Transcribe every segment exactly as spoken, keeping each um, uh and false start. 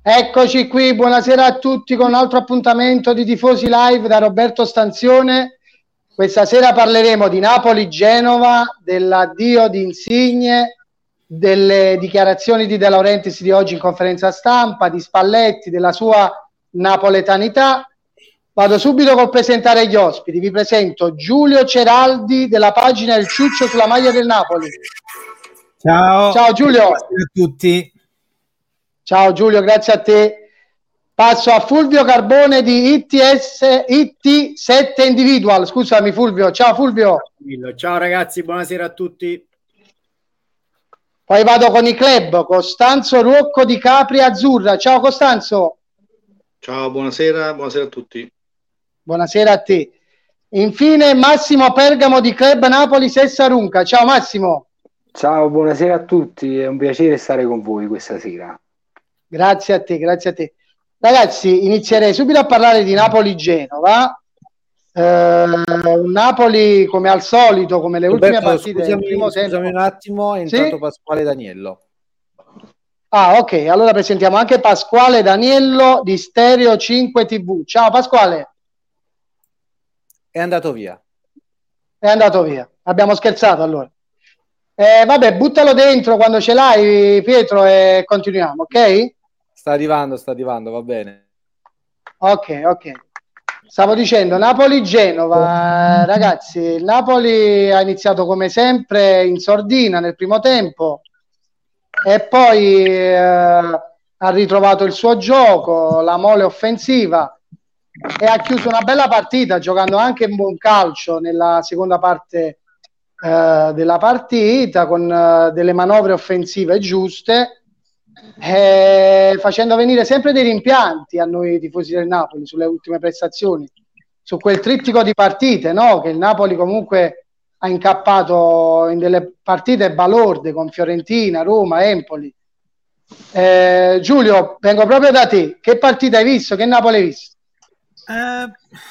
Eccoci qui, buonasera a tutti con un altro appuntamento di Tifosi Live da Roberto Stanzione. Questa sera parleremo di Napoli-Genova, dell'addio di Insigne, delle dichiarazioni di De Laurentiis di oggi in conferenza stampa, di Spalletti, della sua napoletanità. Vado subito col presentare gli ospiti. Vi presento Giulio Ceraldi della pagina Il Ciuccio sulla maglia del Napoli. Ciao. Ciao Giulio. Buonasera a tutti. Ciao Giulio, grazie a te. Passo a Fulvio Carbone di I T S I T sette Individual. Scusami Fulvio. Ciao Fulvio. Ciao ragazzi, buonasera a tutti. Poi vado con i club. Costanzo Ruocco di Capri Azzurra. Ciao Costanzo. Ciao, buonasera, buonasera a tutti. Buonasera a te. Infine Massimo Pergamo di Club Napoli Sessarunca. Ciao Massimo. Ciao, buonasera a tutti. È un piacere stare con voi questa sera. Grazie a te, grazie a te. Ragazzi, inizierei subito a parlare di Napoli-Genova. Eh, un Napoli come al solito, come le Roberto, ultime partite. Scusami, primo scusami tempo. un attimo, è entrato Sì? Pasquale Daniello. Ah, ok, allora presentiamo anche Pasquale Daniello di Stereo cinque tivù. Ciao Pasquale. È andato via. È andato via. Abbiamo scherzato allora. Eh, vabbè, buttalo dentro quando ce l'hai, Pietro, e continuiamo, ok? Sta arrivando, sta arrivando, va bene. Ok, ok. Stavo dicendo Napoli-Genova, ragazzi, il Napoli ha iniziato come sempre in sordina nel primo tempo e poi eh, ha ritrovato il suo gioco, la mole offensiva e ha chiuso una bella partita giocando anche un buon calcio nella seconda parte eh, della partita con eh, delle manovre offensive giuste. Eh, facendo venire sempre dei rimpianti a noi tifosi del Napoli sulle ultime prestazioni, su quel trittico di partite, no? Che il Napoli comunque ha incappato in delle partite balorde con Fiorentina, Roma, Empoli. Eh, Giulio, vengo proprio da te. Che partita hai visto? Che Napoli hai visto? Uh,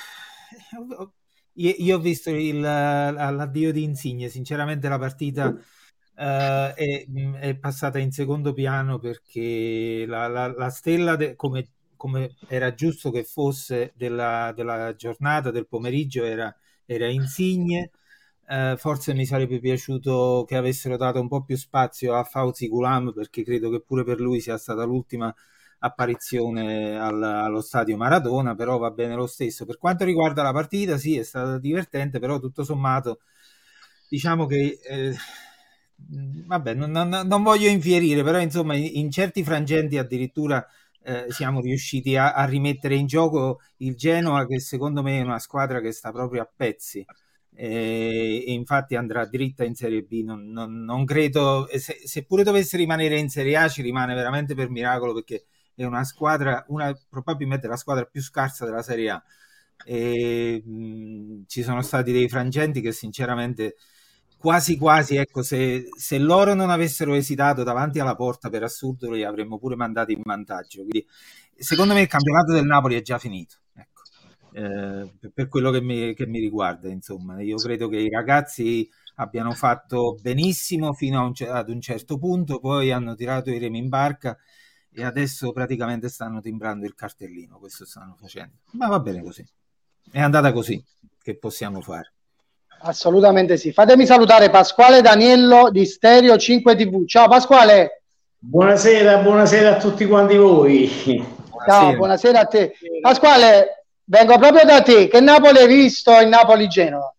io, io ho visto il, l'addio di Insigne. Sinceramente la partita Uh, è, è passata in secondo piano perché la, la, la stella de, come, come era giusto che fosse della, della giornata, del pomeriggio, era, era Insigne. Uh, forse mi sarebbe piaciuto che avessero dato un po' più spazio a Fauzi Gulam, perché credo che pure per lui sia stata l'ultima apparizione al, allo stadio Maradona, però va bene lo stesso. Per quanto riguarda la partita, sì, è stata divertente, però tutto sommato diciamo che eh, vabbè, non, non, non voglio infierire, però insomma in, in certi frangenti addirittura eh, siamo riusciti a, a rimettere in gioco il Genoa, che secondo me è una squadra che sta proprio a pezzi e, e infatti andrà dritta in Serie B. Non, non, non credo, se, seppure dovesse rimanere in Serie A, ci rimane veramente per miracolo, perché è una squadra, una, probabilmente la squadra più scarsa della Serie A e mh, ci sono stati dei frangenti che sinceramente quasi quasi, ecco, se, se loro non avessero esitato davanti alla porta, per assurdo li avremmo pure mandati in vantaggio. Quindi secondo me il campionato del Napoli è già finito, ecco. eh, per quello che mi, che mi riguarda, insomma. Io credo che i ragazzi abbiano fatto benissimo fino a un, ad un certo punto, poi hanno tirato i remi in barca e adesso praticamente stanno timbrando il cartellino. Questo stanno facendo, ma va bene così, è andata così, che possiamo fare? Assolutamente sì. Fatemi salutare Pasquale Daniello di Stereo cinque tivù. Ciao Pasquale. Buonasera, buonasera a tutti quanti voi. Buonasera. Ciao, buonasera a te. Pasquale, vengo proprio da te. Che Napoli hai visto in Napoli-Genova?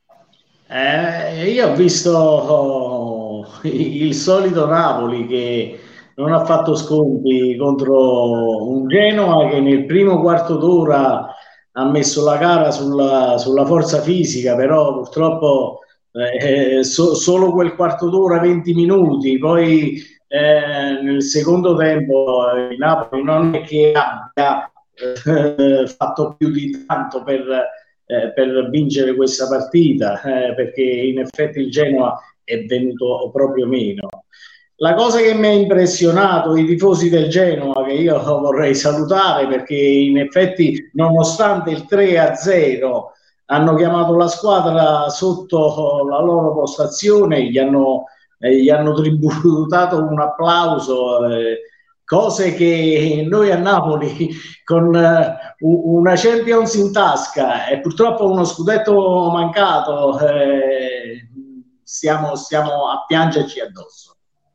Eh, io ho visto oh, il solito Napoli che non ha fatto sconti contro un Genoa che nel primo quarto d'ora ha messo la gara sulla, sulla forza fisica, però purtroppo eh, so, solo quel quarto d'ora, venti minuti, poi eh, nel secondo tempo il Napoli non è che abbia eh, fatto più di tanto per, eh, per vincere questa partita, eh, perché in effetti il Genoa è venuto proprio meno. La cosa che mi ha impressionato, i tifosi del Genoa, che io vorrei salutare, perché in effetti nonostante il tre a zero hanno chiamato la squadra sotto la loro postazione, gli hanno, eh, gli hanno tributato un applauso, eh, cose che noi a Napoli con uh, una Champions in tasca e purtroppo uno scudetto mancato eh, stiamo, stiamo a piangerci addosso.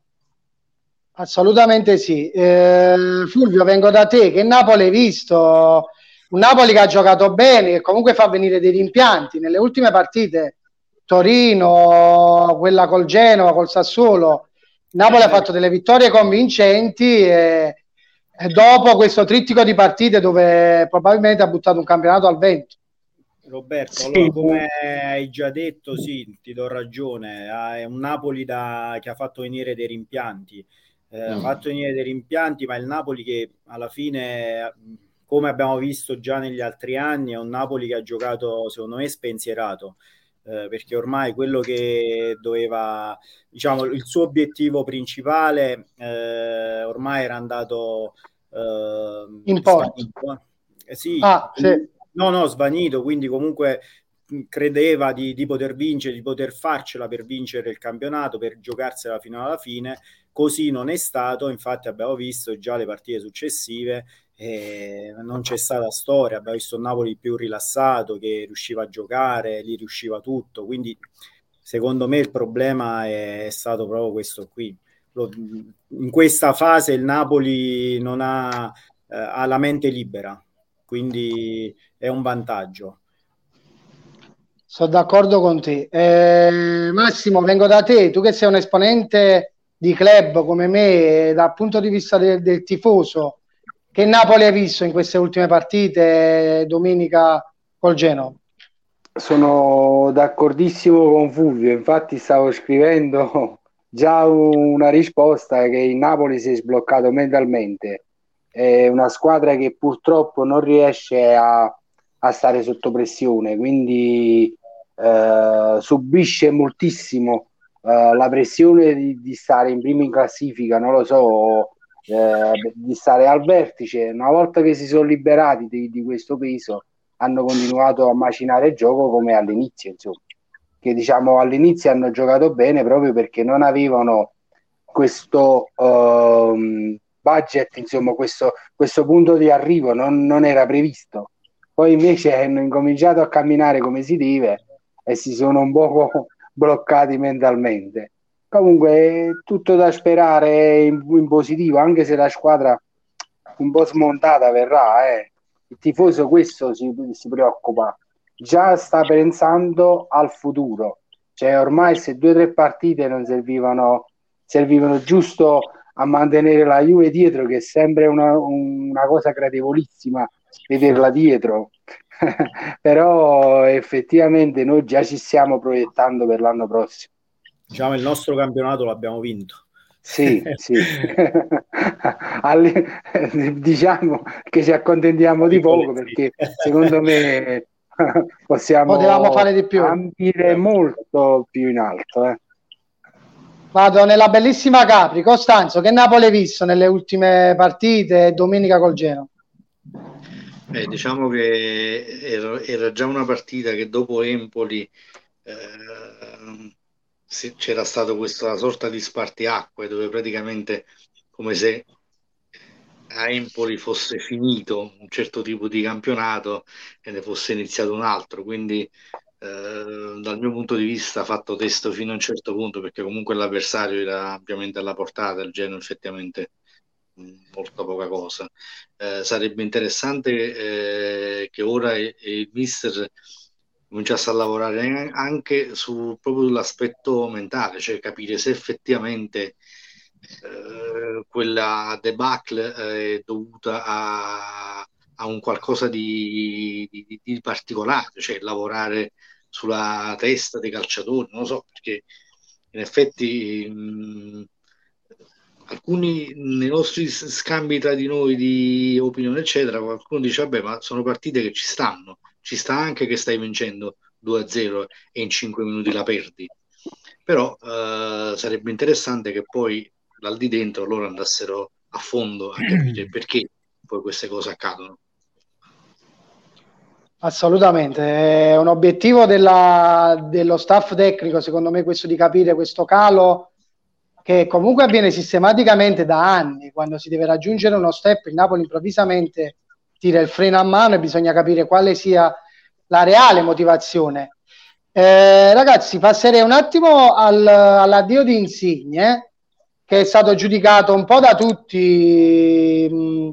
Assolutamente sì. Eh, Fulvio, vengo da te. Che Napoli hai visto? Un Napoli che ha giocato bene, che comunque fa venire dei rimpianti. Nelle ultime partite, Torino, quella col Genova, col Sassuolo, Napoli ha fatto delle vittorie convincenti e, e dopo questo trittico di partite dove probabilmente ha buttato un campionato al vento. Roberto, Sì. allora, come hai già detto, sì, ti do ragione, è un Napoli da, che ha fatto venire dei rimpianti, eh, mm. ha fatto venire dei rimpianti, ma il Napoli che alla fine, come abbiamo visto già negli altri anni, è un Napoli che ha giocato, secondo me, spensierato, eh, perché ormai quello che doveva, diciamo, il suo obiettivo principale eh, ormai era andato eh, in porto. Eh, sì, ah, sì. No, no, svanito, quindi comunque credeva di, di poter vincere, di poter farcela per vincere il campionato, per giocarsela fino alla fine. Così non è stato, infatti abbiamo visto già le partite successive, eh, non c'è stata storia, abbiamo visto un Napoli più rilassato, che riusciva a giocare, gli riusciva tutto, quindi secondo me il problema è, è stato proprio questo qui. Lo, in questa fase il Napoli non ha, eh, ha la mente libera, quindi è un vantaggio. Sono d'accordo con te. Eh, Massimo, vengo da te, tu che sei un esponente di club come me, dal punto di vista del, del tifoso, che Napoli hai visto in queste ultime partite, domenica col Genova? Sono d'accordissimo con Fulvio, infatti stavo scrivendo già una risposta che il Napoli si è sbloccato mentalmente. È una squadra che purtroppo non riesce a, a stare sotto pressione, quindi eh, subisce moltissimo eh, la pressione di, di stare in prima in classifica, non lo so, eh, di stare al vertice. Una volta che si sono liberati di, di questo peso, hanno continuato a macinare il gioco come all'inizio, insomma, che diciamo all'inizio hanno giocato bene proprio perché non avevano questo um, budget, insomma, questo, questo punto di arrivo non, non era previsto. Poi invece hanno incominciato a camminare come si deve e si sono un poco bloccati mentalmente. Comunque è tutto da sperare in, in positivo, anche se la squadra un po' smontata verrà, eh. Il tifoso questo si, si preoccupa, già sta pensando al futuro, cioè ormai se due o tre partite non servivano, servivano giusto a mantenere la Juve dietro, che è sempre una, una cosa gradevolissima vederla dietro. Però effettivamente noi già ci stiamo proiettando per l'anno prossimo. Diciamo il nostro campionato l'abbiamo vinto. Sì, sì. Alle, diciamo che ci accontentiamo di poco, perché secondo me possiamo potevamo fare di più, ambire molto più in alto. Eh. Vado nella bellissima Capri. Costanzo, che Napoli hai visto nelle ultime partite, domenica col Genoa? Eh, diciamo che era, era già una partita che dopo Empoli eh, c'era stato questa sorta di spartiacque dove praticamente come se a Empoli fosse finito un certo tipo di campionato e ne fosse iniziato un altro, quindi eh, dal mio punto di vista ha fatto testo fino a un certo punto, perché comunque l'avversario era ampiamente alla portata, il Genoa effettivamente molto poca cosa. Eh, sarebbe interessante eh, che ora il, il mister cominciasse a lavorare anche su proprio sull'aspetto mentale, cioè capire se effettivamente eh, quella debacle è dovuta a, a un qualcosa di, di, di particolare, cioè lavorare sulla testa dei calciatori, non lo so, perché in effetti mh, alcuni nei nostri scambi tra di noi di opinione eccetera, qualcuno dice vabbè, ma sono partite che ci stanno, ci sta anche che stai vincendo due a zero e in cinque minuti la perdi, però eh, sarebbe interessante che poi dal di dentro loro andassero a fondo a capire perché poi queste cose accadono. Assolutamente, è un obiettivo della, dello staff tecnico, secondo me, questo di capire questo calo che comunque avviene sistematicamente da anni. Quando si deve raggiungere uno step, il Napoli improvvisamente tira il freno a mano e bisogna capire quale sia la reale motivazione. Eh, ragazzi, passerei un attimo al, all'addio di Insigne, che è stato giudicato un po' da tutti mh,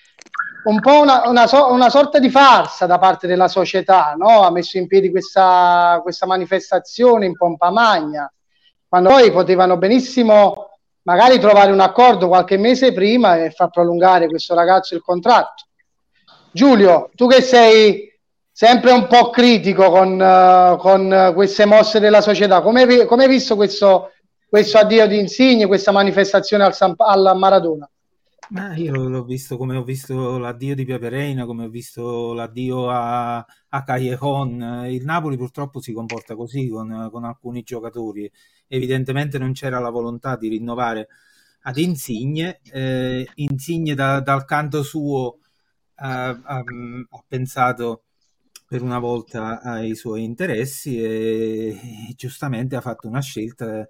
un po' una, una, so, una sorta di farsa da parte della società, no? Ha messo in piedi questa, questa manifestazione in pompa magna, quando poi potevano benissimo magari trovare un accordo qualche mese prima e far prolungare questo ragazzo il contratto. Giulio, tu che sei sempre un po' critico con, uh, con queste mosse della società, come hai visto questo, questo addio di Insigne, questa manifestazione al, San, al Maradona? Ma io l'ho visto come ho visto l'addio di Pepe Reina, come ho visto l'addio a, a Callejon. Il Napoli purtroppo si comporta così con, con alcuni giocatori. Evidentemente non c'era la volontà di rinnovare ad Insigne. Eh, Insigne da, dal canto suo ha, ha, ha pensato per una volta ai suoi interessi e, e giustamente ha fatto una scelta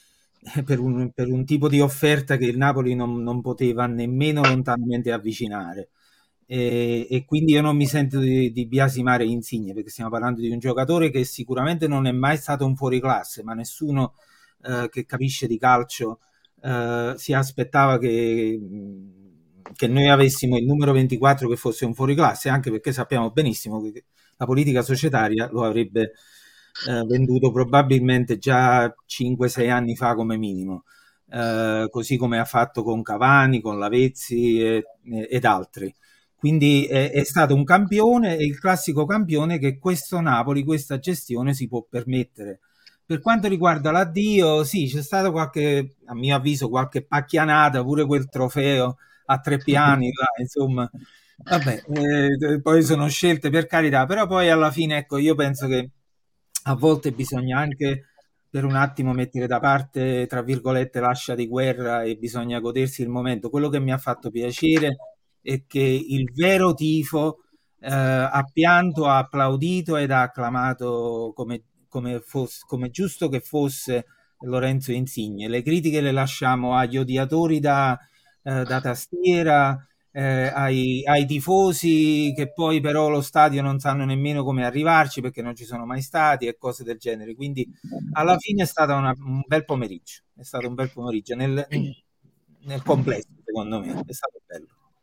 per un, per un tipo di offerta che il Napoli non, non poteva nemmeno lontanamente avvicinare. E, e quindi io non mi sento di, di biasimare Insigne, perché stiamo parlando di un giocatore che sicuramente non è mai stato un fuoriclasse, ma nessuno eh, che capisce di calcio eh, si aspettava che, che noi avessimo il numero ventiquattro che fosse un fuoriclasse, anche perché sappiamo benissimo che la politica societaria lo avrebbe eh, venduto probabilmente già cinque sei anni fa come minimo, eh, così come ha fatto con Cavani, con Lavezzi e, e, ed altri. Quindi è, è stato un campione, è il classico campione che questo Napoli, questa gestione si può permettere. Per quanto riguarda l'addio, sì, c'è stato qualche, a mio avviso, qualche pacchianata, pure quel trofeo a tre piani, là, insomma. Vabbè, eh, poi sono scelte, per carità, però poi alla fine, ecco, io penso che a volte bisogna anche per un attimo mettere da parte, tra virgolette, l'ascia di guerra e bisogna godersi il momento. Quello che mi ha fatto piacere è che il vero tifo eh, ha pianto, ha applaudito ed ha acclamato come, come, fosse, come giusto che fosse Lorenzo Insigne. Le critiche le lasciamo agli odiatori da, eh, da tastiera, Eh, ai, ai tifosi che poi però lo stadio non sanno nemmeno come arrivarci perché non ci sono mai stati e cose del genere. Quindi alla fine è stato una, un bel pomeriggio, è stato un bel pomeriggio nel, nel complesso, secondo me è stato bello.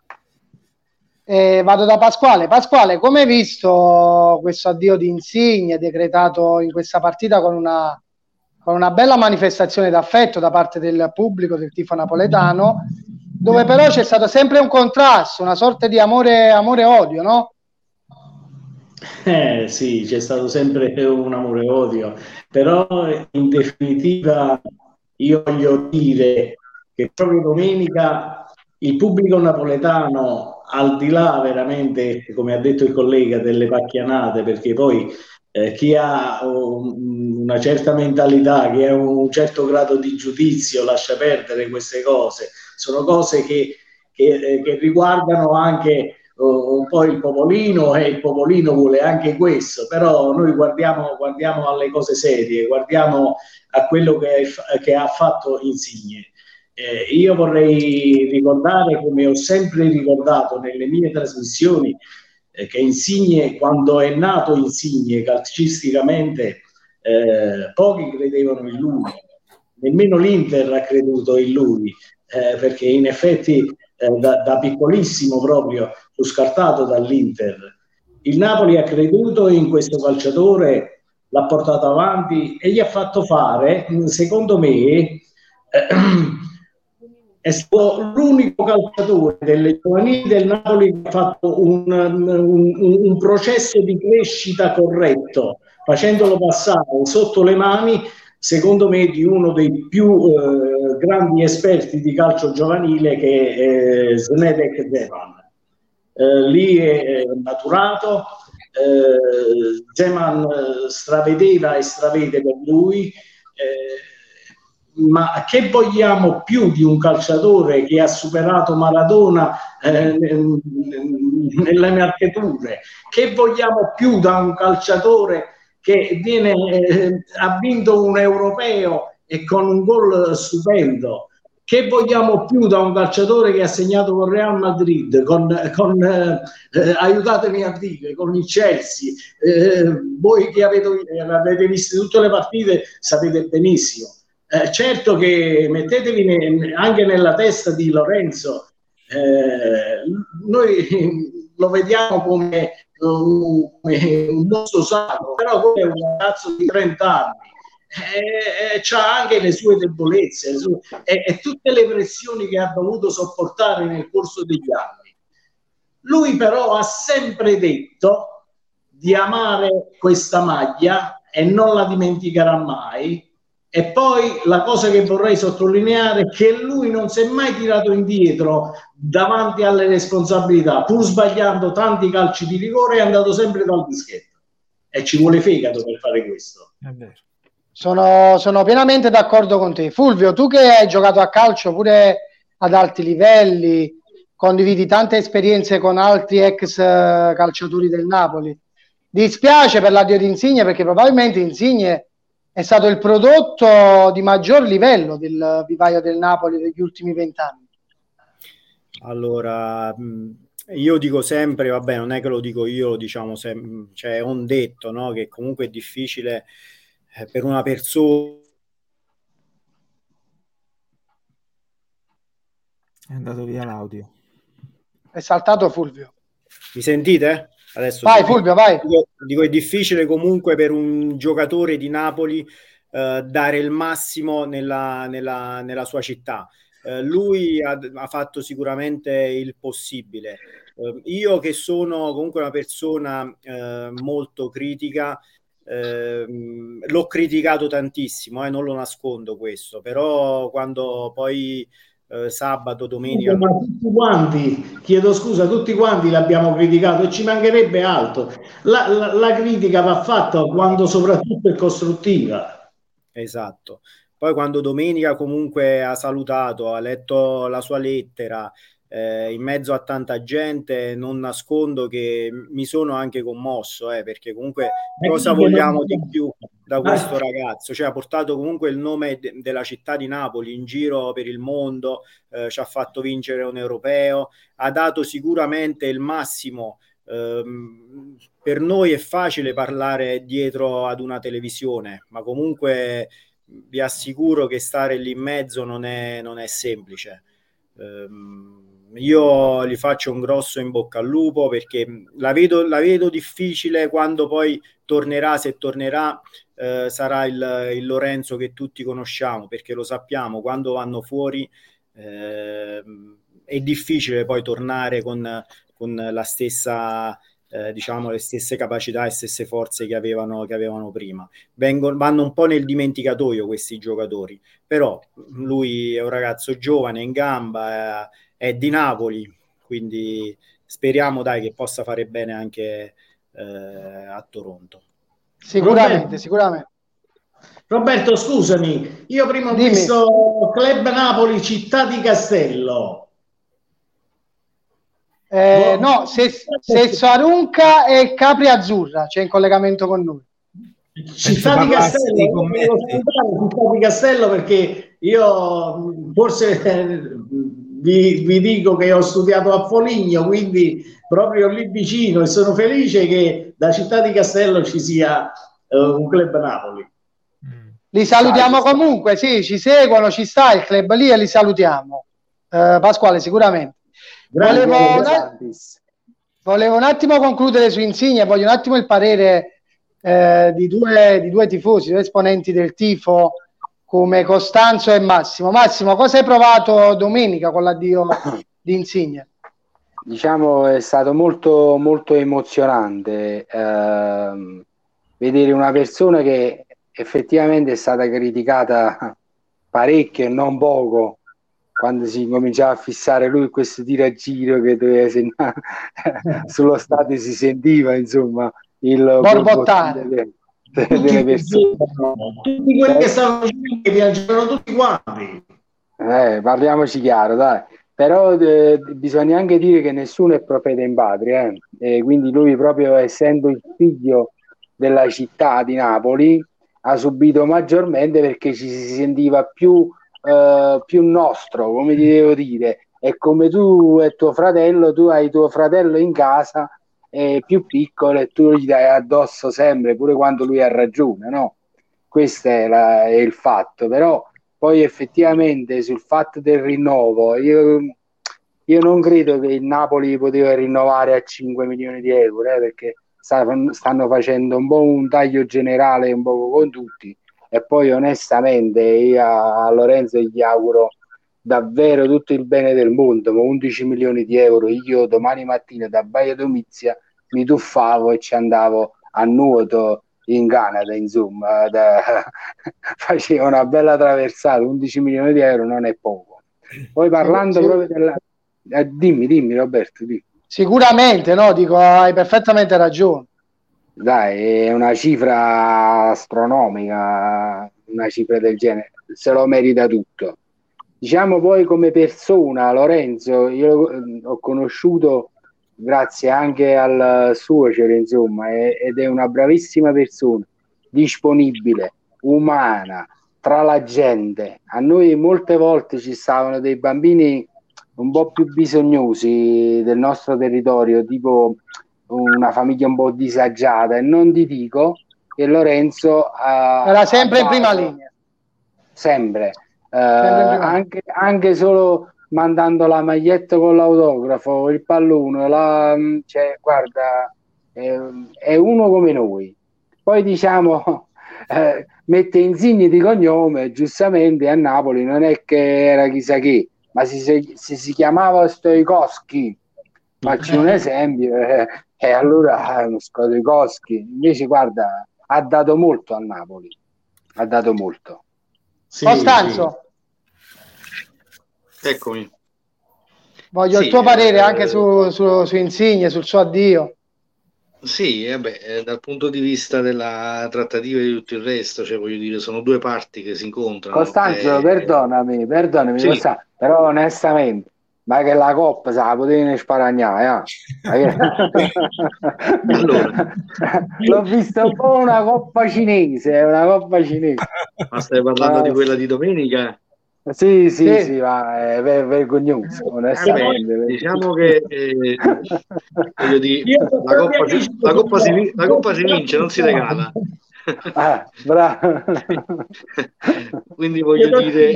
Eh, vado da Pasquale. Pasquale, come hai visto questo addio di Insigne decretato in questa partita con una, con una bella manifestazione d'affetto da parte del pubblico, del tifo napoletano, dove però c'è stato sempre un contrasto, una sorta di amore, amore odio, no? Eh sì, c'è stato sempre un amore odio, però in definitiva io voglio dire che proprio domenica il pubblico napoletano, al di là veramente, come ha detto il collega, delle pacchianate, perché poi eh, chi ha un, una certa mentalità, chi ha un certo grado di giudizio lascia perdere queste cose. Sono cose che, che, che riguardano anche uh, un po' il popolino e il popolino vuole anche questo, però noi guardiamo, guardiamo alle cose serie, guardiamo a quello che, che ha fatto Insigne. Eh, io vorrei ricordare, come ho sempre ricordato nelle mie trasmissioni, eh, che Insigne, quando è nato Insigne calcisticamente, eh, pochi credevano in lui, nemmeno l'Inter ha creduto in lui. Eh, perché in effetti eh, da, da piccolissimo proprio fu scartato dall'Inter. Il Napoli ha creduto in questo calciatore, l'ha portato avanti e gli ha fatto fare, secondo me, eh, è stato l'unico calciatore delle giovanili del Napoli che ha fatto un, un, un processo di crescita corretto, facendolo passare sotto le mani, secondo me, di uno dei più eh, grandi esperti di calcio giovanile, che è eh, Zdeněk Zeman. Eh, lì è maturato, eh, Zeman stravedeva e stravede per lui, eh, ma che vogliamo più di un calciatore che ha superato Maradona eh, nelle marcheture? Che vogliamo più da un calciatore che viene, eh, ha vinto un europeo e con un gol stupendo. Che vogliamo più da un calciatore che ha segnato con Real Madrid, con, con eh, eh, aiutatemi a dire, con il Chelsea? Eh, voi che avete, avete visto tutte le partite sapete benissimo. Eh, certo che mettetevi ne, anche nella testa di Lorenzo, eh, noi lo vediamo come un, un mostro sacro, però come un ragazzo di trenta anni. E, e c'ha anche le sue debolezze le sue, e, e tutte le pressioni che ha dovuto sopportare nel corso degli anni. Lui però ha sempre detto di amare questa maglia e non la dimenticherà mai. E poi la cosa che vorrei sottolineare è che lui non si è mai tirato indietro davanti alle responsabilità, pur sbagliando tanti calci di rigore, è andato sempre dal dischetto, e ci vuole fegato per fare questo. È vero. Sono, sono pienamente d'accordo con te. Fulvio, tu che hai giocato a calcio pure ad alti livelli, condividi tante esperienze con altri ex calciatori del Napoli, dispiace per l'addio di Insigne, perché probabilmente Insigne è stato il prodotto di maggior livello del vivaio del Napoli degli ultimi vent'anni. Allora, io dico sempre, vabbè, non è che lo dico io, diciamo, sem- cioè è un detto, no? Che comunque è difficile per una persona. È andato via l'audio. È saltato Fulvio. Mi sentite? Adesso vai dico, Fulvio, vai. Dico, dico è difficile comunque per un giocatore di Napoli eh, dare il massimo nella, nella, nella sua città. Eh, lui ha, ha fatto sicuramente il possibile. Eh, io che sono comunque una persona eh, molto critica, Eh, l'ho criticato tantissimo, eh, non lo nascondo questo, però quando poi eh, sabato, domenica... Ma tutti quanti, chiedo scusa, tutti quanti l'abbiamo criticato e ci mancherebbe altro. La, la, la critica va fatta quando soprattutto è costruttiva. Esatto. Poi quando domenica comunque ha salutato, ha letto la sua lettera, Eh, in mezzo a tanta gente, non nascondo che mi sono anche commosso, eh, perché comunque cosa vogliamo di più da questo ragazzo? Cioè, ha portato comunque il nome de- della città di Napoli in giro per il mondo, eh, ci ha fatto vincere un europeo, ha dato sicuramente il massimo. ehm, per noi è facile parlare dietro ad una televisione, ma comunque vi assicuro che stare lì in mezzo non è, non è semplice. ehm, Io gli faccio un grosso in bocca al lupo, perché la vedo, la vedo difficile quando poi tornerà, se tornerà, eh, sarà il, il Lorenzo che tutti conosciamo, perché lo sappiamo, quando vanno fuori eh, è difficile poi tornare con, con la stessa, eh, diciamo, le stesse capacità e stesse forze che avevano, che avevano prima. Vengono, vanno un po' nel dimenticatoio questi giocatori, però lui è un ragazzo giovane, in gamba, eh, è di Napoli, quindi speriamo dai che possa fare bene anche eh, a Toronto. Sicuramente, Roberto, sicuramente. Roberto, scusami, io prima ho Dimmi. visto Club Napoli Città di Castello. Eh, no, se, se Sarunca e Capri Azzurra c'è in collegamento con noi. Città di Castello, Città di Castello, perché io forse eh, vi, vi dico che ho studiato a Foligno, quindi proprio lì vicino, e sono felice che da Città di Castello ci sia eh, un Club Napoli. Li salutiamo comunque, sì, ci seguono, ci sta il club lì e li salutiamo. Eh, Pasquale, sicuramente. Volevo un, volevo un attimo concludere su Insigne, voglio un attimo il parere Eh, di, due, di due tifosi, due esponenti del tifo come Costanzo e Massimo. Massimo, cosa hai provato domenica con l'addio di Insigne? Diciamo è stato molto molto emozionante ehm, vedere una persona che effettivamente è stata criticata parecchio e non poco, quando si cominciava a fissare lui questo tiragiro che doveva segnare sullo stadio, si sentiva insomma il borbottare delle, delle persone. Tutti quelli che stavano che piangevano tutti quanti. Eh, parliamoci chiaro, dai. Però eh, bisogna anche dire che nessuno è profeta in patria, eh. E quindi lui, proprio essendo il figlio della città di Napoli, ha subito maggiormente perché ci si sentiva più, eh, più nostro, come ti devo dire. È come tu e tuo fratello, tu hai tuo fratello in casa, è più piccolo e tu gli dai addosso sempre, pure quando lui ha ragione, no? Questo è, la, è il fatto, però poi effettivamente sul fatto del rinnovo, io, io non credo che il Napoli poteva rinnovare a cinque milioni di euro, eh, perché stanno facendo un po' un taglio generale un po' con tutti, e poi onestamente io a Lorenzo gli auguro davvero tutto il bene del mondo, ma undici milioni di euro io domani mattina da Baia Domizia mi tuffavo e ci andavo a nuoto in Canada, insomma, da... facevo una bella traversata. Undici milioni di euro non è poco. Poi parlando sì, proprio della... Eh, dimmi, dimmi Roberto, dimmi. Sicuramente, no, dico, hai perfettamente ragione. Dai, è una cifra astronomica, una cifra del genere, se lo merita tutto. Diciamo poi come persona, Lorenzo, io ho conosciuto grazie anche al suocero, insomma, ed è una bravissima persona, disponibile, umana, tra la gente. A noi molte volte ci stavano dei bambini un po' più bisognosi del nostro territorio, tipo una famiglia un po' disagiata, e non ti dico che Lorenzo ha, era sempre ha in prima linea. Sempre. Uh, anche, anche solo mandando la maglietta con l'autografo, il pallone, la, cioè, guarda, è, è uno come noi. Poi diciamo eh, mette Insigne di cognome, giustamente a Napoli non è che era chissà chi, ma si, se, se si chiamava Stoikowski, faccio un esempio, eh, e allora eh, Stoikowski invece guarda ha dato molto a Napoli, ha dato molto. Sì, Costanzo, sì. Eccomi. Voglio sì, il tuo parere eh, anche su, su, su Insigne, sul suo addio. Sì, vabbè, eh, dal punto di vista della trattativa e di tutto il resto, cioè voglio dire, sono due parti che si incontrano. Costanzo, eh... perdonami, perdonami, sì. Sa, però onestamente, ma che la coppa se la potevi sparagnare, eh? Allora, l'ho vista un po' una coppa cinese, una coppa cinese. Ma stai parlando ma... di quella di domenica? Sì, sì, sì, sì, ma è ver- vergognoso, onestamente. Eh beh, diciamo che eh, voglio dire, la coppa, si, la, coppa si, la coppa si vince, non si regala. Ah, bravo. Quindi voglio dire,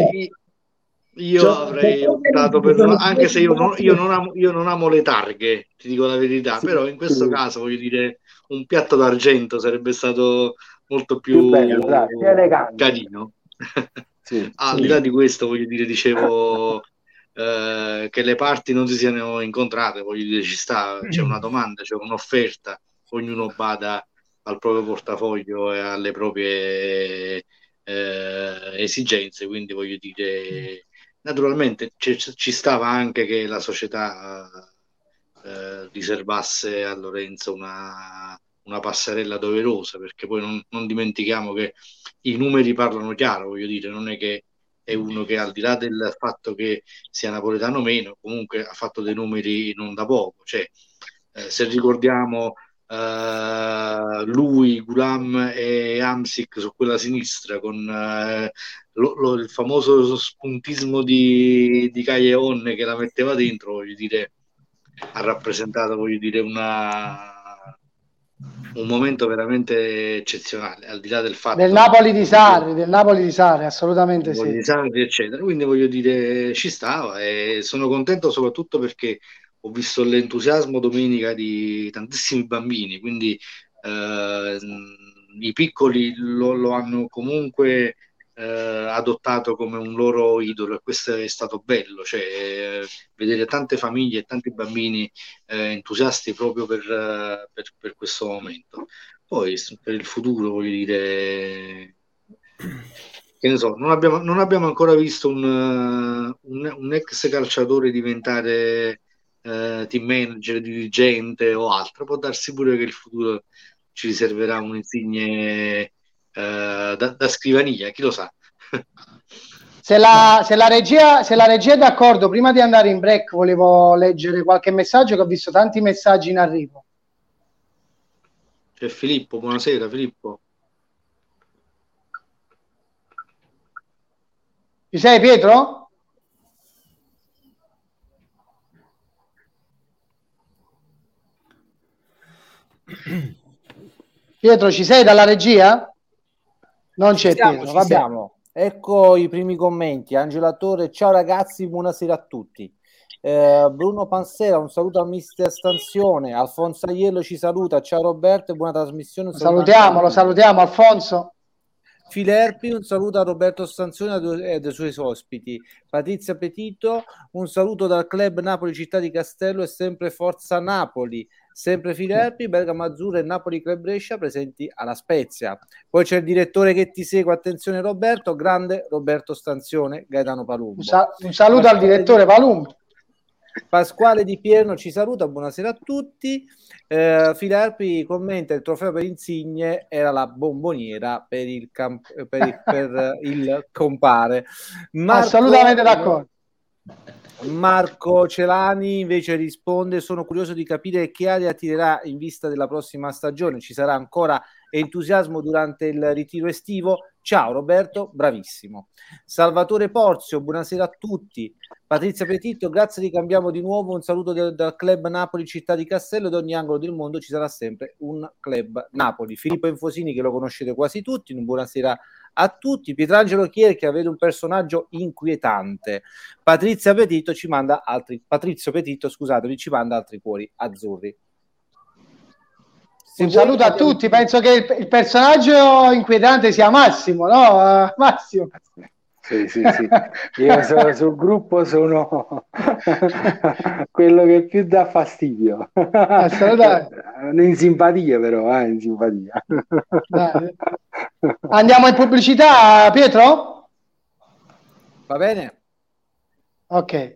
io avrei optato per, anche se io non, io non, amo, io non amo le targhe, ti dico la verità, sì, però in questo sì. caso voglio dire, un piatto d'argento sarebbe stato molto più, più bello, dai, più carino. Sì, Al sì. di là di questo, voglio dire, dicevo eh, che le parti non si siano incontrate, voglio dire, ci sta, c'è una domanda, c'è un'offerta, ognuno bada al proprio portafoglio e alle proprie eh, esigenze, quindi voglio dire, naturalmente c- ci stava anche che la società eh, riservasse a Lorenzo una, una passerella doverosa, perché poi non, non dimentichiamo che i numeri parlano chiaro, voglio dire, non è che è uno che al di là del fatto che sia napoletano o meno, comunque ha fatto dei numeri non da poco, cioè eh, se ricordiamo Uh, lui, Gulam e Hamsik su quella sinistra con uh, lo, lo, il famoso spuntismo di, di Callejon che la metteva dentro, voglio dire, ha rappresentato, voglio dire, una un momento veramente eccezionale, al di là del fatto del Napoli di Sarri, del Napoli di Sarri, assolutamente sì. Di Sarri, eccetera. Quindi voglio dire, ci stava e sono contento soprattutto perché ho visto l'entusiasmo domenica di tantissimi bambini, quindi eh, i piccoli lo, lo hanno comunque eh, adottato come un loro idolo e questo è stato bello, cioè eh, vedere tante famiglie e tanti bambini eh, entusiasti proprio per, per, per questo momento. Poi per il futuro voglio dire, che ne so, non abbiamo, non abbiamo ancora visto un, un, un ex calciatore diventare Uh, team manager, dirigente o altro. Può darsi pure che il futuro ci riserverà un Insigne uh, da, da scrivania, chi lo sa. Se la, se, la regia, se la regia è d'accordo, prima di andare in break volevo leggere qualche messaggio, che ho visto tanti messaggi in arrivo. C'è Filippo, buonasera Filippo. Ci sei, Pietro? Pietro, ci sei dalla regia? Non c'è siamo, Pietro, ci vabbè. siamo. Ecco i primi commenti. Angela Torre, ciao ragazzi, buonasera a tutti. Eh, Bruno Pansera, un saluto a mister Stanzione. Alfonso Aiello ci saluta, ciao Roberto e buona trasmissione. Lo salutiamo, lo salutiamo Alfonso. Filerpi, un saluto a Roberto Stanzione e ai suoi ospiti. Patrizia Petito, un saluto dal club Napoli Città di Castello e sempre Forza Napoli. Sempre Filerpi, Bergamo Azzurra e Napoli Club Brescia presenti alla Spezia. Poi c'è il direttore che ti segue, attenzione Roberto, grande Roberto Stanzione, Gaetano Palumbo. Un, sa- un saluto al direttore Palumbo. Pasquale Di Pierno ci saluta, buonasera a tutti. eh, Filarpi commenta: il trofeo per Insigne era la bomboniera per il, camp- per il, per il compare. Marco, assolutamente d'accordo. Marco Celani invece risponde: sono curioso di capire che aria tirerà in vista della prossima stagione, ci sarà ancora entusiasmo durante il ritiro estivo. Ciao Roberto, bravissimo. Salvatore Porzio, buonasera a tutti. Patrizia Petitto, grazie di Cambiamo di nuovo, un saluto del, dal club Napoli Città di Castello, ad ogni angolo del mondo ci sarà sempre un club Napoli. Filippo Infosini, che lo conoscete quasi tutti, un buonasera a tutti. Pietrangelo Chierchia vede un personaggio inquietante. Patrizia Petitto ci manda altri Patrizio Petitto, scusatemi, ci manda altri cuori azzurri. Un saluto a tutti, penso che il, il personaggio inquietante sia Massimo, no? Uh, Massimo. Sì, sì, sì. Io sono, sul gruppo sono quello che più dà fastidio. In simpatia però, eh, in simpatia. Dai. Andiamo in pubblicità, Pietro? Va bene? Ok.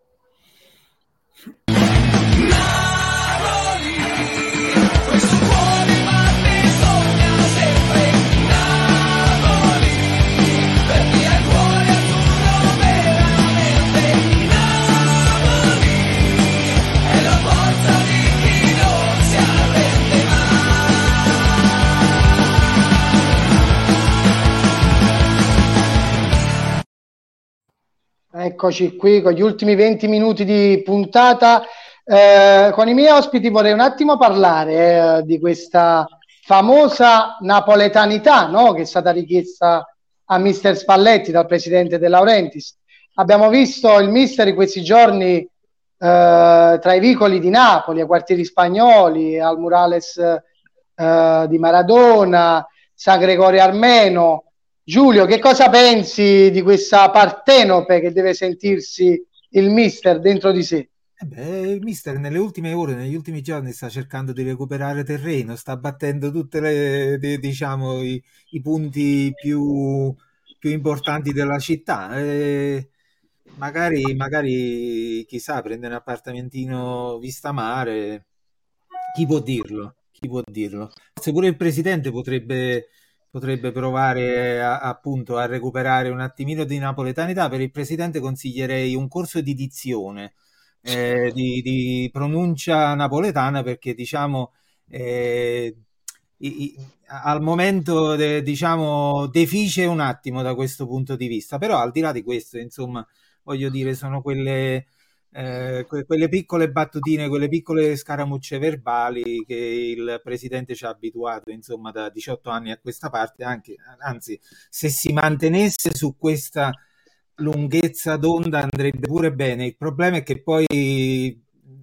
Eccoci qui con gli ultimi venti minuti di puntata. Eh, con i miei ospiti vorrei un attimo parlare eh, di questa famosa napoletanità, no? Che è stata richiesta a mister Spalletti dal presidente De Laurentiis. Abbiamo visto il mister in questi giorni eh, tra i vicoli di Napoli, ai quartieri spagnoli, al murales eh, di Maradona, San Gregorio Armeno. Giulio, che cosa pensi di questa partenope che deve sentirsi il mister dentro di sé? Eh beh, il mister nelle ultime ore, negli ultimi giorni sta cercando di recuperare terreno, sta battendo tutte le, de, diciamo, i, i punti più, più importanti della città. E magari, magari, chissà, prende un appartamentino vista mare. Chi può dirlo? Chi può dirlo? Forse pure il presidente potrebbe... potrebbe provare a, appunto a recuperare un attimino di napoletanità. Per il presidente consiglierei un corso di dizione, eh, di, di pronuncia napoletana, perché diciamo eh, i, i, al momento de, diciamo defice un attimo da questo punto di vista, però al di là di questo, insomma, voglio dire, sono quelle Eh, que- quelle piccole battutine, quelle piccole scaramucce verbali che il presidente ci ha abituato, insomma, da diciotto anni a questa parte. Anche, anzi, se si mantenesse su questa lunghezza d'onda andrebbe pure bene. Il problema è che poi eh,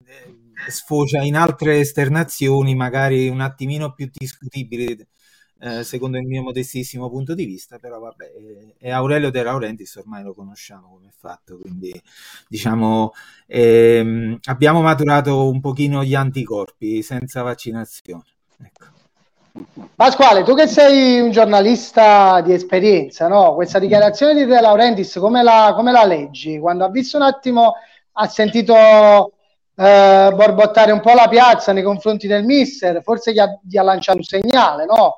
sfocia in altre esternazioni, magari un attimino più discutibili, eh, secondo il mio modestissimo punto di vista, però vabbè, e Aurelio De Laurentiis ormai lo conosciamo come è fatto, quindi diciamo ehm, abbiamo maturato un pochino gli anticorpi senza vaccinazione. Ecco. Pasquale, tu che sei un giornalista di esperienza, no? Questa dichiarazione di De Laurentiis come la, come la leggi? Quando ha visto un attimo, ha sentito eh, borbottare un po' la piazza nei confronti del mister, forse gli ha, gli ha lanciato un segnale, no?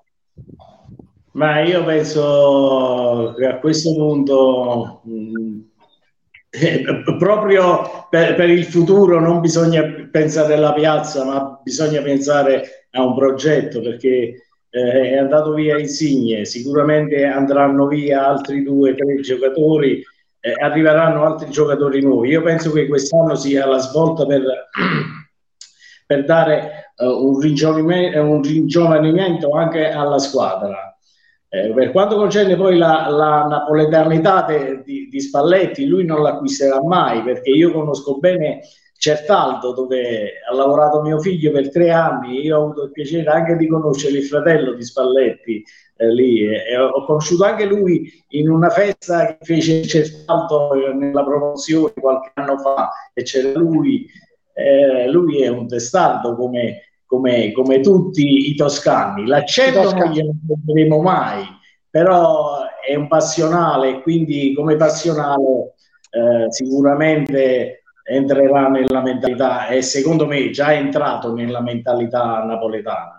Ma io penso che a questo punto mh, eh, proprio per, per il futuro non bisogna pensare alla piazza, ma bisogna pensare a un progetto, perché eh, è andato via Insigne, sicuramente andranno via altri due, tre giocatori, eh, arriveranno altri giocatori nuovi. Io penso che quest'anno sia la svolta per, per dare uh, un, ringiovanimento, un ringiovanimento anche alla squadra. Eh, per quanto concerne poi la, la napoletanità de, di, di Spalletti, lui non l'acquisterà mai, perché io conosco bene Certaldo, dove ha lavorato mio figlio per tre anni. Io ho avuto il piacere anche di conoscere il fratello di Spalletti eh, lì, e, e ho conosciuto anche lui in una festa che fece Certaldo nella promozione qualche anno fa, e c'era lui. Eh, lui è un testardo come Come, come tutti i toscani. L'accento non glielo vedremo mai, però è un passionale, quindi come passionale eh, sicuramente entrerà nella mentalità, e secondo me già è entrato nella mentalità napoletana.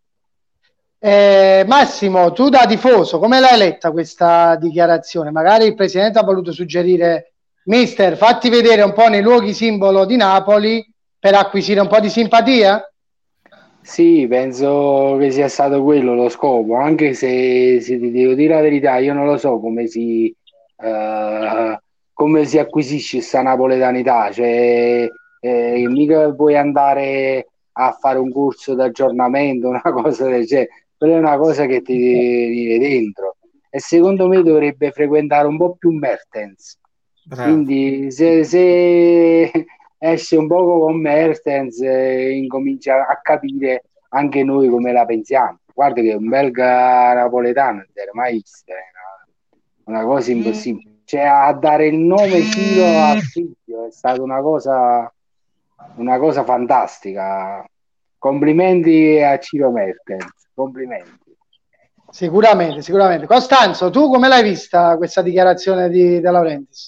Eh, Massimo, tu da tifoso, come l'hai letta questa dichiarazione? Magari il presidente ha voluto suggerire: mister, fatti vedere un po' nei luoghi simbolo di Napoli per acquisire un po' di simpatia? Sì, penso che sia stato quello lo scopo, anche se, se ti devo dire la verità, io non lo so come si, uh, come si acquisisce questa napoletanità, cioè eh, mica puoi andare a fare un corso d'aggiornamento, una cosa del genere, quella è una cosa che ti vive dentro, e secondo me dovrebbe frequentare un po' più Mertens. Bravo. Quindi se... se esce un poco con Mertens e incomincia a capire anche noi come la pensiamo. Guarda che un belga napoletano non era mai visto, è una, una cosa impossibile. Cioè, a dare il nome Ciro a figlio è stata una cosa una cosa fantastica. Complimenti a Ciro Mertens, complimenti. Sicuramente, sicuramente. Costanzo, tu come l'hai vista questa dichiarazione di De Laurentiis?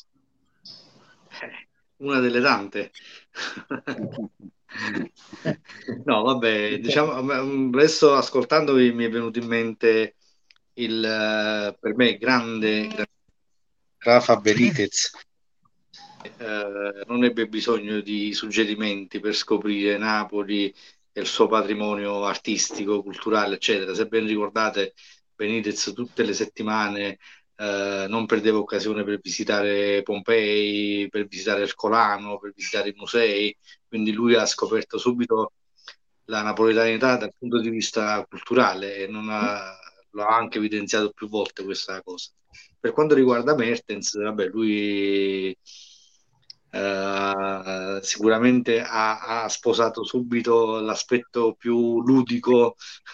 Una delle tante. No, vabbè, diciamo, adesso ascoltandovi mi è venuto in mente il, per me, grande, grande Rafa Benitez. Eh, non ebbe bisogno di suggerimenti per scoprire Napoli e il suo patrimonio artistico, culturale, eccetera. Se ben ricordate, Benitez tutte le settimane Uh, non perdeva occasione per visitare Pompei, per visitare Ercolano, per visitare i musei, quindi lui ha scoperto subito la napoletanità dal punto di vista culturale e non ha, lo ha anche evidenziato più volte questa cosa. Per quanto riguarda Mertens, vabbè, lui Uh, sicuramente ha, ha sposato subito l'aspetto più ludico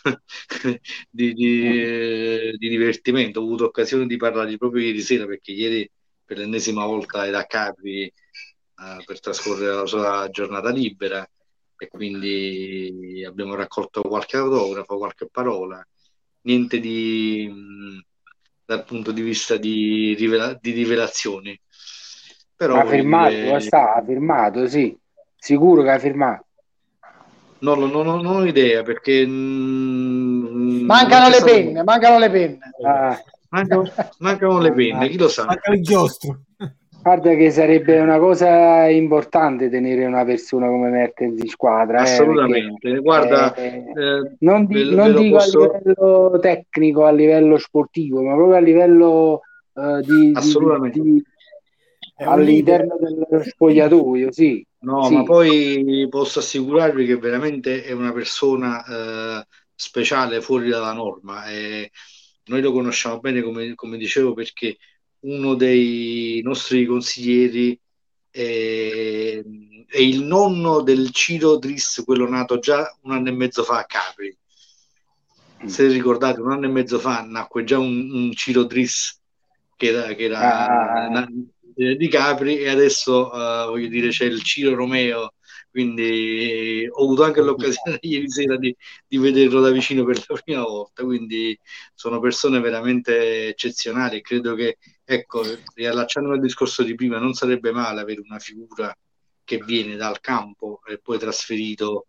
di, di, di divertimento. Ho avuto occasione di parlargli proprio ieri sera, perché ieri per l'ennesima volta era a Capri uh, per trascorrere la sua giornata libera, e quindi abbiamo raccolto qualche autografo, qualche parola, niente di mh, dal punto di vista di, rivela- di rivelazioni. Però ha firmato, dire... sta, ha firmato, sì, sicuro che ha firmato. No, no, no, non ho idea, perché mh, mancano le stato... penne, mancano le penne. Ah. Mancano, mancano le penne, chi lo sa? Manca il giostro. Guarda che sarebbe una cosa importante tenere una persona come Mertens in squadra. Assolutamente. Eh, Guarda, eh, eh, non, di, ve, non ve dico posso... a livello tecnico, a livello sportivo, ma proprio a livello uh, di, Assolutamente. di, di all'interno del spogliatoio, sì. No, sì. ma poi posso assicurarvi che veramente è una persona eh, speciale, fuori dalla norma. E noi lo conosciamo bene, come, come dicevo, perché uno dei nostri consiglieri è, è il nonno del Ciro Driss, quello nato già un anno e mezzo fa a Capri. Se ricordate, un anno e mezzo fa nacque già un, un Ciro Driss che era, che era ah. na, di Capri, e adesso uh, voglio dire c'è il Ciro Romeo, quindi ho avuto anche l'occasione ieri sera di, di vederlo da vicino per la prima volta, quindi sono persone veramente eccezionali, e credo che, ecco, riallacciandomi al discorso di prima, non sarebbe male avere una figura che viene dal campo e poi trasferito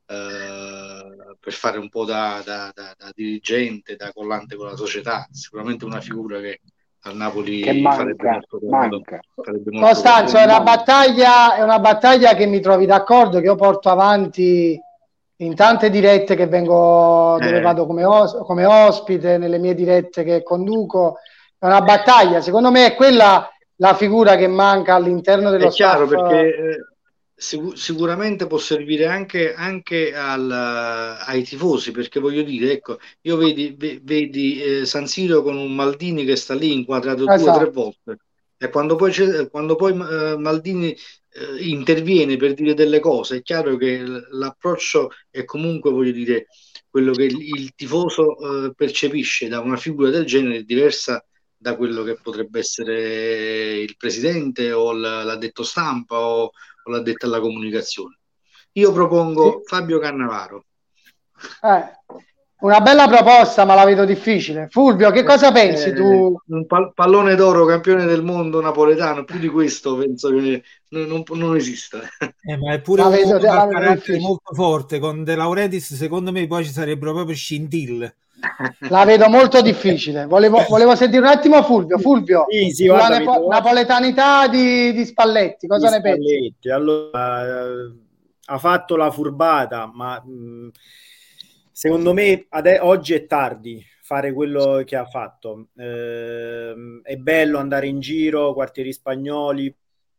Uh, per fare un po' da, da, da, da dirigente, da collante con la società. Sicuramente una figura che al Napoli che manca, farebbe molto manca. Farebbe molto Costanzo, è una, battaglia, è una battaglia che mi trovi d'accordo, che io porto avanti in tante dirette che vengo, dove eh. vado come, os- come ospite, nelle mie dirette che conduco. È una battaglia, secondo me è quella la figura che manca all'interno dello È chiaro, staff. perché eh, sic- sicuramente può servire anche, anche al- ai tifosi, perché voglio dire, ecco, io vedi, ve- vedi eh, San Siro con un Maldini che sta lì inquadrato due o tre Esatto. volte, e quando poi, c'è- quando poi eh, Maldini eh, interviene per dire delle cose, è chiaro che l- l'approccio è comunque, voglio dire, quello che il, il tifoso eh, percepisce da una figura del genere è diversa da quello che potrebbe essere il presidente o l- l'addetto stampa o, o l'addetto alla comunicazione. Io propongo Sì. Fabio Cannavaro. Eh, una bella proposta, ma la vedo difficile. Fulvio, che cosa pensi Eh, tu? un pal- pallone d'oro, campione del mondo napoletano, più di questo penso che non, non, non esista. Eh, ma è pure La un vedo, uomo la dal vedo carattere difficile. molto forte. Con De Laurentiis, secondo me, poi ci sarebbero proprio scintille. La vedo molto difficile. Volevo, volevo sentire un attimo Fulvio. Fulvio, Sì, sì, sulla guarda, mi nepo- trovo napoletanità di, di Spalletti, cosa gli ne pensi? Spalletti. Allora, eh, ha fatto la furbata, ma mh, secondo me ade- oggi è tardi fare quello che ha fatto. Ehm, è bello andare in giro, quartieri spagnoli.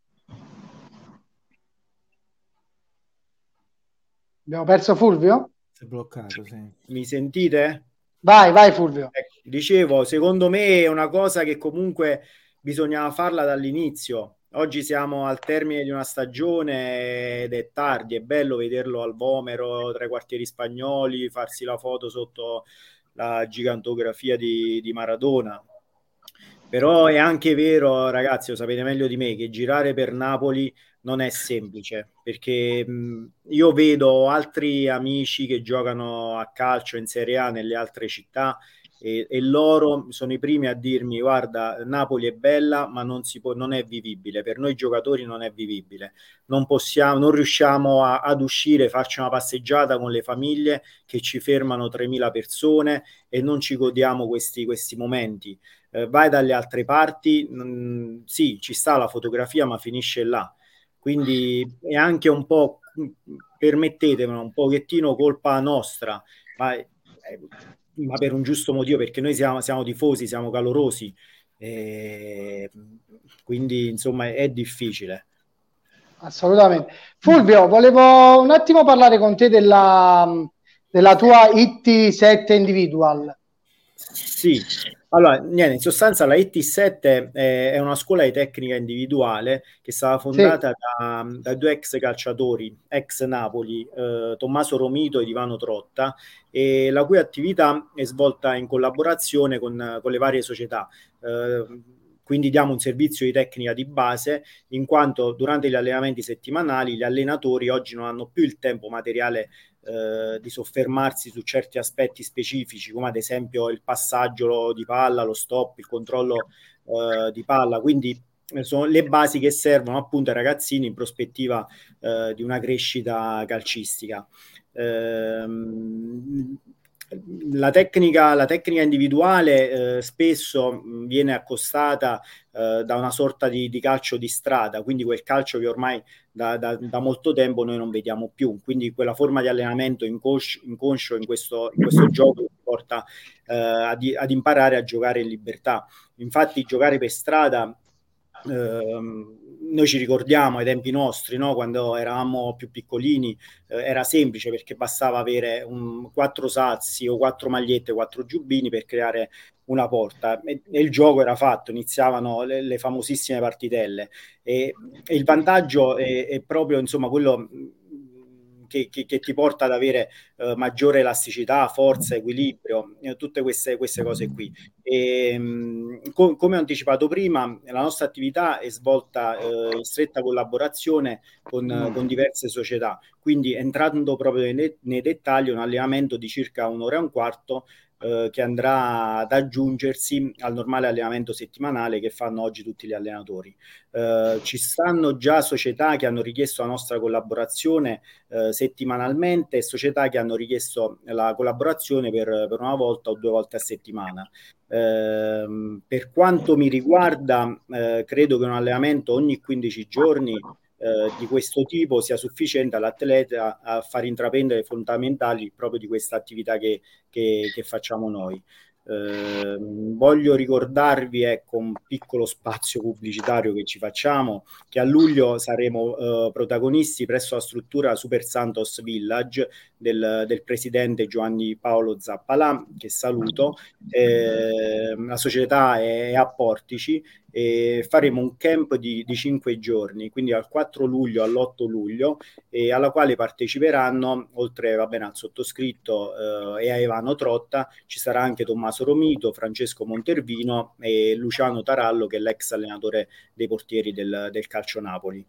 Abbiamo perso Fulvio? Si è bloccato, sì. Mi sentite? Vai, vai Fulvio. Ecco, dicevo, secondo me è una cosa che comunque bisognava farla dall'inizio. Oggi siamo al termine di una stagione ed è tardi, è bello vederlo al Vomero tra i quartieri spagnoli, farsi la foto sotto la gigantografia di, di Maradona. Però è anche vero, ragazzi, lo sapete meglio di me, che girare per Napoli non è semplice, perché mh, io vedo altri amici che giocano a calcio in Serie A nelle altre città e, e loro sono i primi a dirmi: guarda, Napoli è bella, ma non si può, non è vivibile. Per noi giocatori non è vivibile. Non possiamo, non riusciamo a, ad uscire, farci una passeggiata con le famiglie che ci fermano tremila persone e non ci godiamo questi, questi momenti. Eh, vai dalle altre parti, mh, sì, ci sta la fotografia, ma finisce là. Quindi è anche un po', permettetemelo, un pochettino colpa nostra, ma, eh, ma per un giusto motivo, perché noi siamo, siamo tifosi, siamo calorosi, e quindi insomma è difficile. Assolutamente. Fulvio, volevo un attimo parlare con te della, della tua I T sette individual. Sì, allora, niente, in sostanza la I T sette è, è una scuola di tecnica individuale che è stata fondata Sì. da, da due ex calciatori, ex Napoli, eh, Tommaso Romito e Ivano Trotta, e la cui attività è svolta in collaborazione con, con le varie società. Eh, quindi diamo un servizio di tecnica di base, in quanto durante gli allenamenti settimanali gli allenatori oggi non hanno più il tempo materiale Eh, di soffermarsi su certi aspetti specifici, come ad esempio il passaggio di palla, lo stop, il controllo eh, di palla. Quindi eh, sono le basi che servono appunto ai ragazzini in prospettiva eh, di una crescita calcistica. Ehm, la tecnica, la tecnica individuale eh, spesso mh, viene accostata eh, da una sorta di, di calcio di strada, quindi quel calcio che ormai da, da, da molto tempo noi non vediamo più, quindi quella forma di allenamento inconscio, inconscio in, questo, in questo gioco che porta eh, ad, ad imparare a giocare in libertà. Infatti giocare per strada, ehm, noi ci ricordiamo ai tempi nostri, no? Quando eravamo più piccolini, eh, era semplice perché bastava avere un, quattro sassi o quattro magliette, quattro giubbini per creare una porta e, e il gioco era fatto, iniziavano le, le famosissime partitelle e, e il vantaggio è, è proprio insomma quello che, che, che ti porta ad avere eh, maggiore elasticità, forza, equilibrio, eh, tutte queste, queste cose qui. E, mh, co- come ho anticipato prima, la nostra attività è svolta eh, in stretta collaborazione con, con diverse società, quindi entrando proprio nei, nei dettagli, un allenamento di circa un'ora e un quarto eh, che andrà ad aggiungersi al normale allenamento settimanale che fanno oggi tutti gli allenatori. Eh, ci stanno già società che hanno richiesto la nostra collaborazione eh, settimanalmente e società che hanno richiesto la collaborazione per, per una volta o due volte a settimana. Eh, per quanto mi riguarda, eh, credo che un allenamento ogni quindici giorni eh, di questo tipo sia sufficiente all'atleta a far intraprendere le fondamentali proprio di questa attività che, che, che facciamo noi. Eh, voglio ricordarvi, ecco, un piccolo spazio pubblicitario che ci facciamo, che a luglio saremo eh, protagonisti presso la struttura Super Santos Village del, del presidente Giovanni Paolo Zappalà, che saluto. Eh, la società è a Portici e faremo un camp di, di cinque giorni, quindi dal quattro luglio all'otto luglio, e alla quale parteciperanno, oltre va bene, al sottoscritto eh, e a Ivano Trotta, ci sarà anche Tommaso Romito, Francesco Montervino e Luciano Tarallo, che è l'ex allenatore dei portieri del, del Calcio Napoli.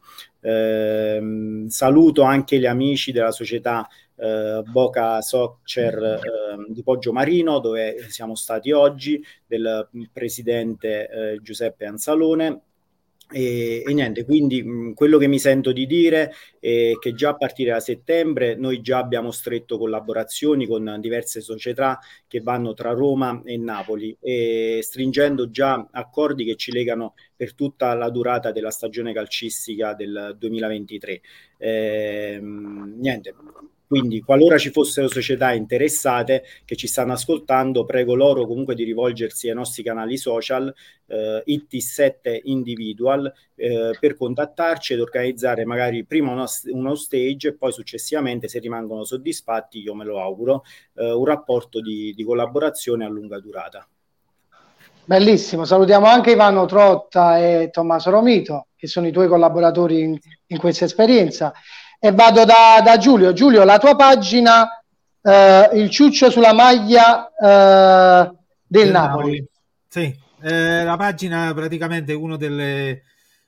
Eh, saluto anche gli amici della società eh, Boca Soccer eh, di Poggio Marino, dove siamo stati oggi, del presidente eh, Giuseppe Anzalone. E, e niente, quindi mh, quello che mi sento di dire è che già a partire da settembre noi già abbiamo stretto collaborazioni con diverse società che vanno tra Roma e Napoli, e stringendo già accordi che ci legano per tutta la durata della stagione calcistica del duemilaventitré. Eh, niente. Quindi, qualora ci fossero società interessate che ci stanno ascoltando, prego loro comunque di rivolgersi ai nostri canali social, eh, I T sette Individual, eh, per contattarci ed organizzare magari prima uno, uno stage e poi successivamente, se rimangono soddisfatti, io me lo auguro, eh, un rapporto di, di collaborazione a lunga durata. Bellissimo, salutiamo anche Ivano Trotta e Tommaso Romito, che sono i tuoi collaboratori in, in questa esperienza. E vado da, da Giulio. Giulio, la tua pagina, eh, il ciuccio sulla maglia eh, del, del Napoli. Napoli. Sì, eh, la pagina praticamente è una delle,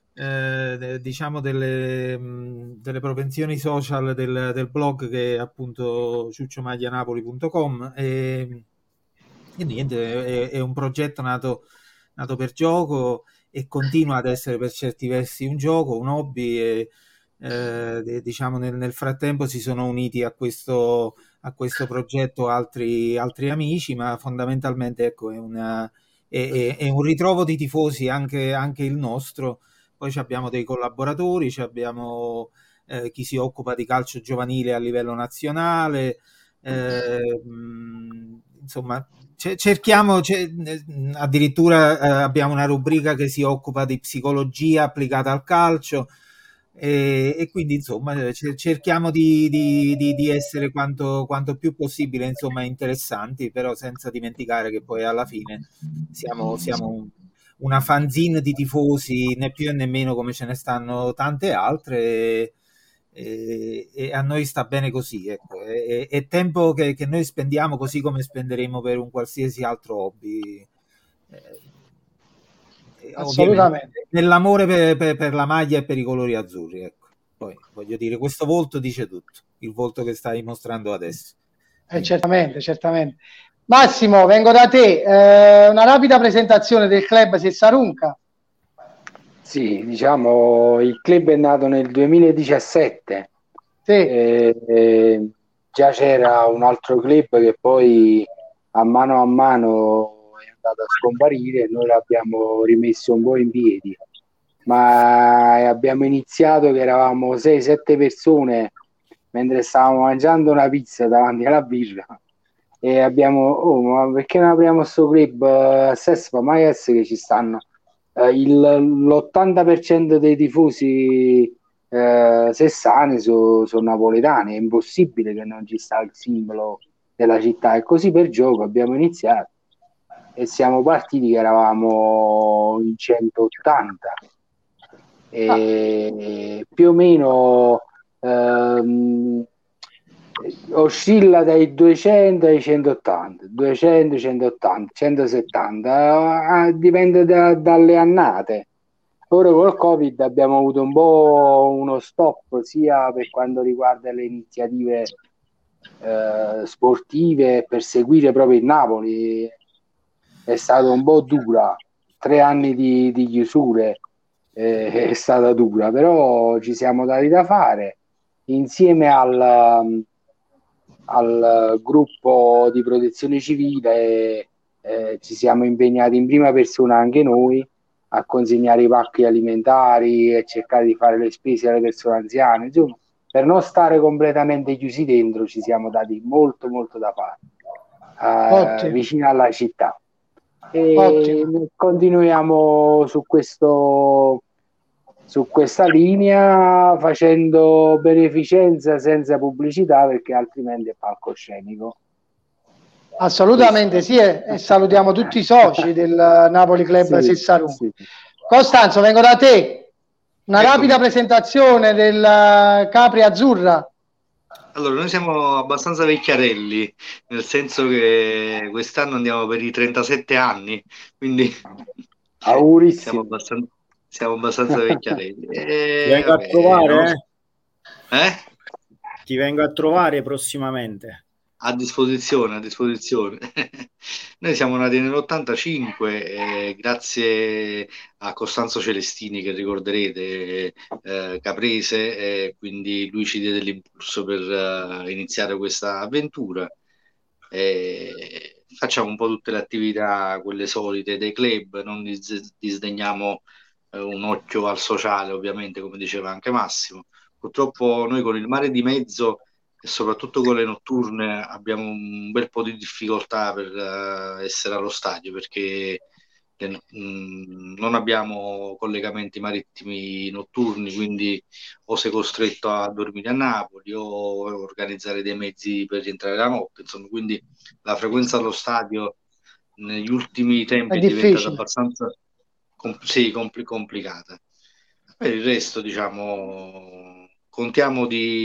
eh, diciamo delle, mh, delle propensioni social del, del blog, che è appunto ciucciomaglianapoli punto com, e, e niente, è, è un progetto nato, nato per gioco e continua ad essere per certi versi un gioco, un hobby, e Eh, diciamo nel, nel frattempo si sono uniti a questo, a questo progetto altri, altri amici, ma fondamentalmente ecco, è, una, è, è, è un ritrovo di tifosi, anche, anche il nostro. Poi abbiamo dei collaboratori, abbiamo eh, chi si occupa di calcio giovanile a livello nazionale, eh, mh, insomma cerchiamo, addirittura eh, abbiamo una rubrica che si occupa di psicologia applicata al calcio. E, e quindi insomma cerchiamo di, di, di, di essere quanto, quanto più possibile insomma interessanti, però senza dimenticare che poi alla fine siamo, siamo una fanzine di tifosi, né più né meno, come ce ne stanno tante altre, e, e, e a noi sta bene così, ecco. È, è tempo che, che noi spendiamo così come spenderemo per un qualsiasi altro hobby. Assolutamente. Nell'amore per, per, per la maglia e per i colori azzurri, ecco. Poi voglio dire, questo volto dice tutto, il volto che stai mostrando adesso. Eh, certamente, certamente. Massimo, vengo da te, eh, una rapida presentazione del club Sessarunca. Sì, diciamo, il club è nato nel duemiladiciassette. Sì. E, e già c'era un altro club che poi a mano a mano è andato a scomparire, noi l'abbiamo rimesso un po' in piedi, ma abbiamo iniziato che eravamo sei sette persone mentre stavamo mangiando una pizza davanti alla birra, e abbiamo, oh, ma perché non apriamo sto club a Sespa Maies, che ci stanno eh, il, l'ottanta per cento dei tifosi eh, sessani sono so napoletani, è impossibile che non ci sta il simbolo della città. E così per gioco abbiamo iniziato e siamo partiti che eravamo in centottanta, e ah. più o meno ehm, oscilla dai duecento ai centottanta, duecento, centottanta, centosettanta, dipende da, dalle annate. Ora col Covid abbiamo avuto un po' uno stop sia per quanto riguarda le iniziative eh, sportive per seguire proprio il Napoli. È stato un po' dura, tre anni di, di chiusure, eh, è stata dura, però ci siamo dati da fare insieme al, al gruppo di protezione civile. Eh, ci siamo impegnati in prima persona anche noi a consegnare i pacchi alimentari e cercare di fare le spese alle persone anziane. Insomma, per non stare completamente chiusi dentro ci siamo dati molto molto da fare. eh, vicino alla città. E continuiamo su questo su questa linea facendo beneficenza senza pubblicità, perché altrimenti è palcoscenico. Assolutamente sì, e, e salutiamo tutti i soci del Napoli Club Sì, Sessarunga. sì. Costanzo, vengo da te. Una Eccomi. rapida presentazione del Capri Azzurra. Allora, noi siamo abbastanza vecchiarelli, nel senso che quest'anno andiamo per i trentasette anni, quindi Augurissimi. siamo abbastanza, siamo abbastanza vecchiarelli. Ti E, vengo a vabbè, trovare, no? eh? Eh? Ti vengo a trovare prossimamente. A disposizione, a disposizione. Noi siamo nati nell'ottantacinque, eh, grazie a Costanzo Celestini, che ricorderete, eh, caprese, eh, quindi lui ci diede l'impulso per eh, iniziare questa avventura. Eh, facciamo un po' tutte le attività, quelle solite dei club, non dis- disdegniamo eh, un occhio al sociale, ovviamente, come diceva anche Massimo. Purtroppo noi con il mare di mezzo e soprattutto con le notturne abbiamo un bel po' di difficoltà per uh, essere allo stadio, perché eh, mh, non abbiamo collegamenti marittimi notturni, quindi o sei costretto a dormire a Napoli o organizzare dei mezzi per rientrare la notte, insomma, quindi la frequenza allo stadio negli ultimi tempi È è, diventata difficile. abbastanza com- sì, compl- complicata. Per il resto, diciamo, contiamo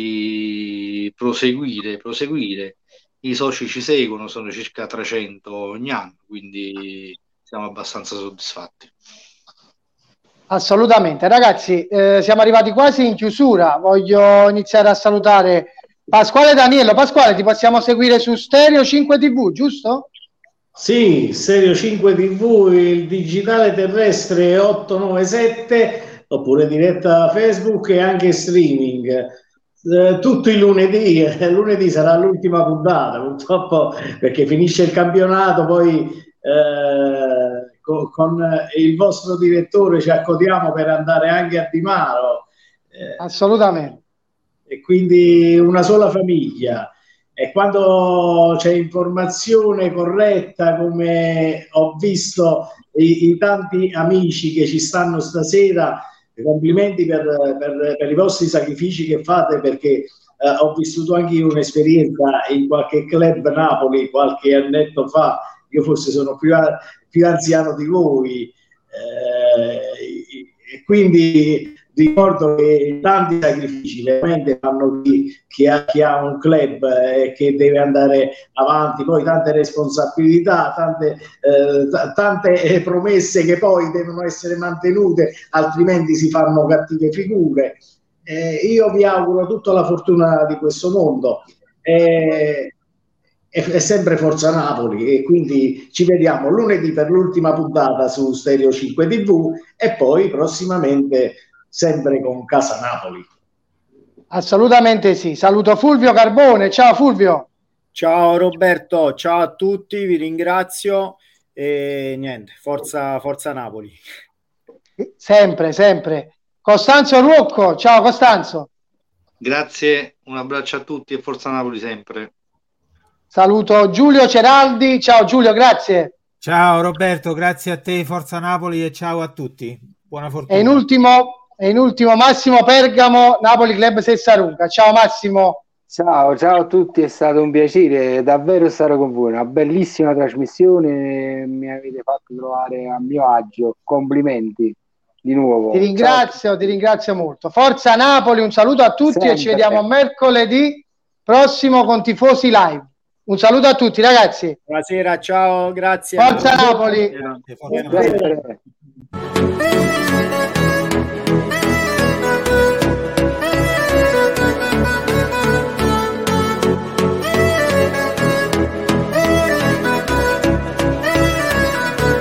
di proseguire, proseguire. I soci ci seguono, sono circa trecento ogni anno, quindi siamo abbastanza soddisfatti. Assolutamente. Ragazzi, eh, siamo arrivati quasi in chiusura. Voglio iniziare a salutare Pasquale Daniello. Pasquale, ti possiamo seguire su Stereo cinque tivù, giusto? Sì, Stereo cinque tivù, il digitale terrestre ottocentonovantasette, oppure diretta Facebook e anche streaming. Eh, tutto il lunedì, eh, lunedì sarà l'ultima puntata, purtroppo, perché finisce il campionato, poi eh, con, con il vostro direttore ci accodiamo per andare anche a Di Maro. Eh, Assolutamente. E quindi una sola famiglia. E quando c'è informazione corretta, come ho visto i, i tanti amici che ci stanno stasera, complimenti per, per, per i vostri sacrifici che fate, perché eh, ho vissuto anche io un'esperienza in qualche club Napoli qualche annetto fa. Io forse sono più, a, più anziano di voi, eh, e quindi ricordo che tanti sacrifici veramente fanno chi, chi, ha, chi ha un club e eh, che deve andare avanti, poi tante responsabilità, tante, eh, t- tante promesse che poi devono essere mantenute, altrimenti si fanno cattive figure. Eh, io vi auguro tutta la fortuna di questo mondo. Eh, è sempre Forza Napoli, e quindi ci vediamo lunedì per l'ultima puntata su Stereo cinque tivù e poi prossimamente sempre con Casa Napoli. Assolutamente sì. Saluto Fulvio Carbone. Ciao Fulvio. Ciao Roberto, ciao a tutti, vi ringrazio e niente, forza, forza Napoli. Sempre, sempre. Costanzo Ruocco. Ciao Costanzo. Grazie, un abbraccio a tutti e forza Napoli sempre. Saluto Giulio Ceraldi. Ciao Giulio, grazie. Ciao Roberto, grazie a te, forza Napoli, e ciao a tutti. Buona fortuna. E in ultimo, e in ultimo Massimo Pergamo, Napoli Club Sessarunga. Ciao Massimo. Ciao, ciao a tutti, è stato un piacere davvero stare con voi, una bellissima trasmissione, mi avete fatto trovare a mio agio, complimenti di nuovo. Ti ringrazio, ciao. Ti ringrazio molto. Forza Napoli, un saluto a tutti. Sempre. E ci vediamo mercoledì prossimo con Tifosi Live. Un saluto a tutti ragazzi. Buonasera, ciao, grazie. Forza Napoli. Forza Napoli.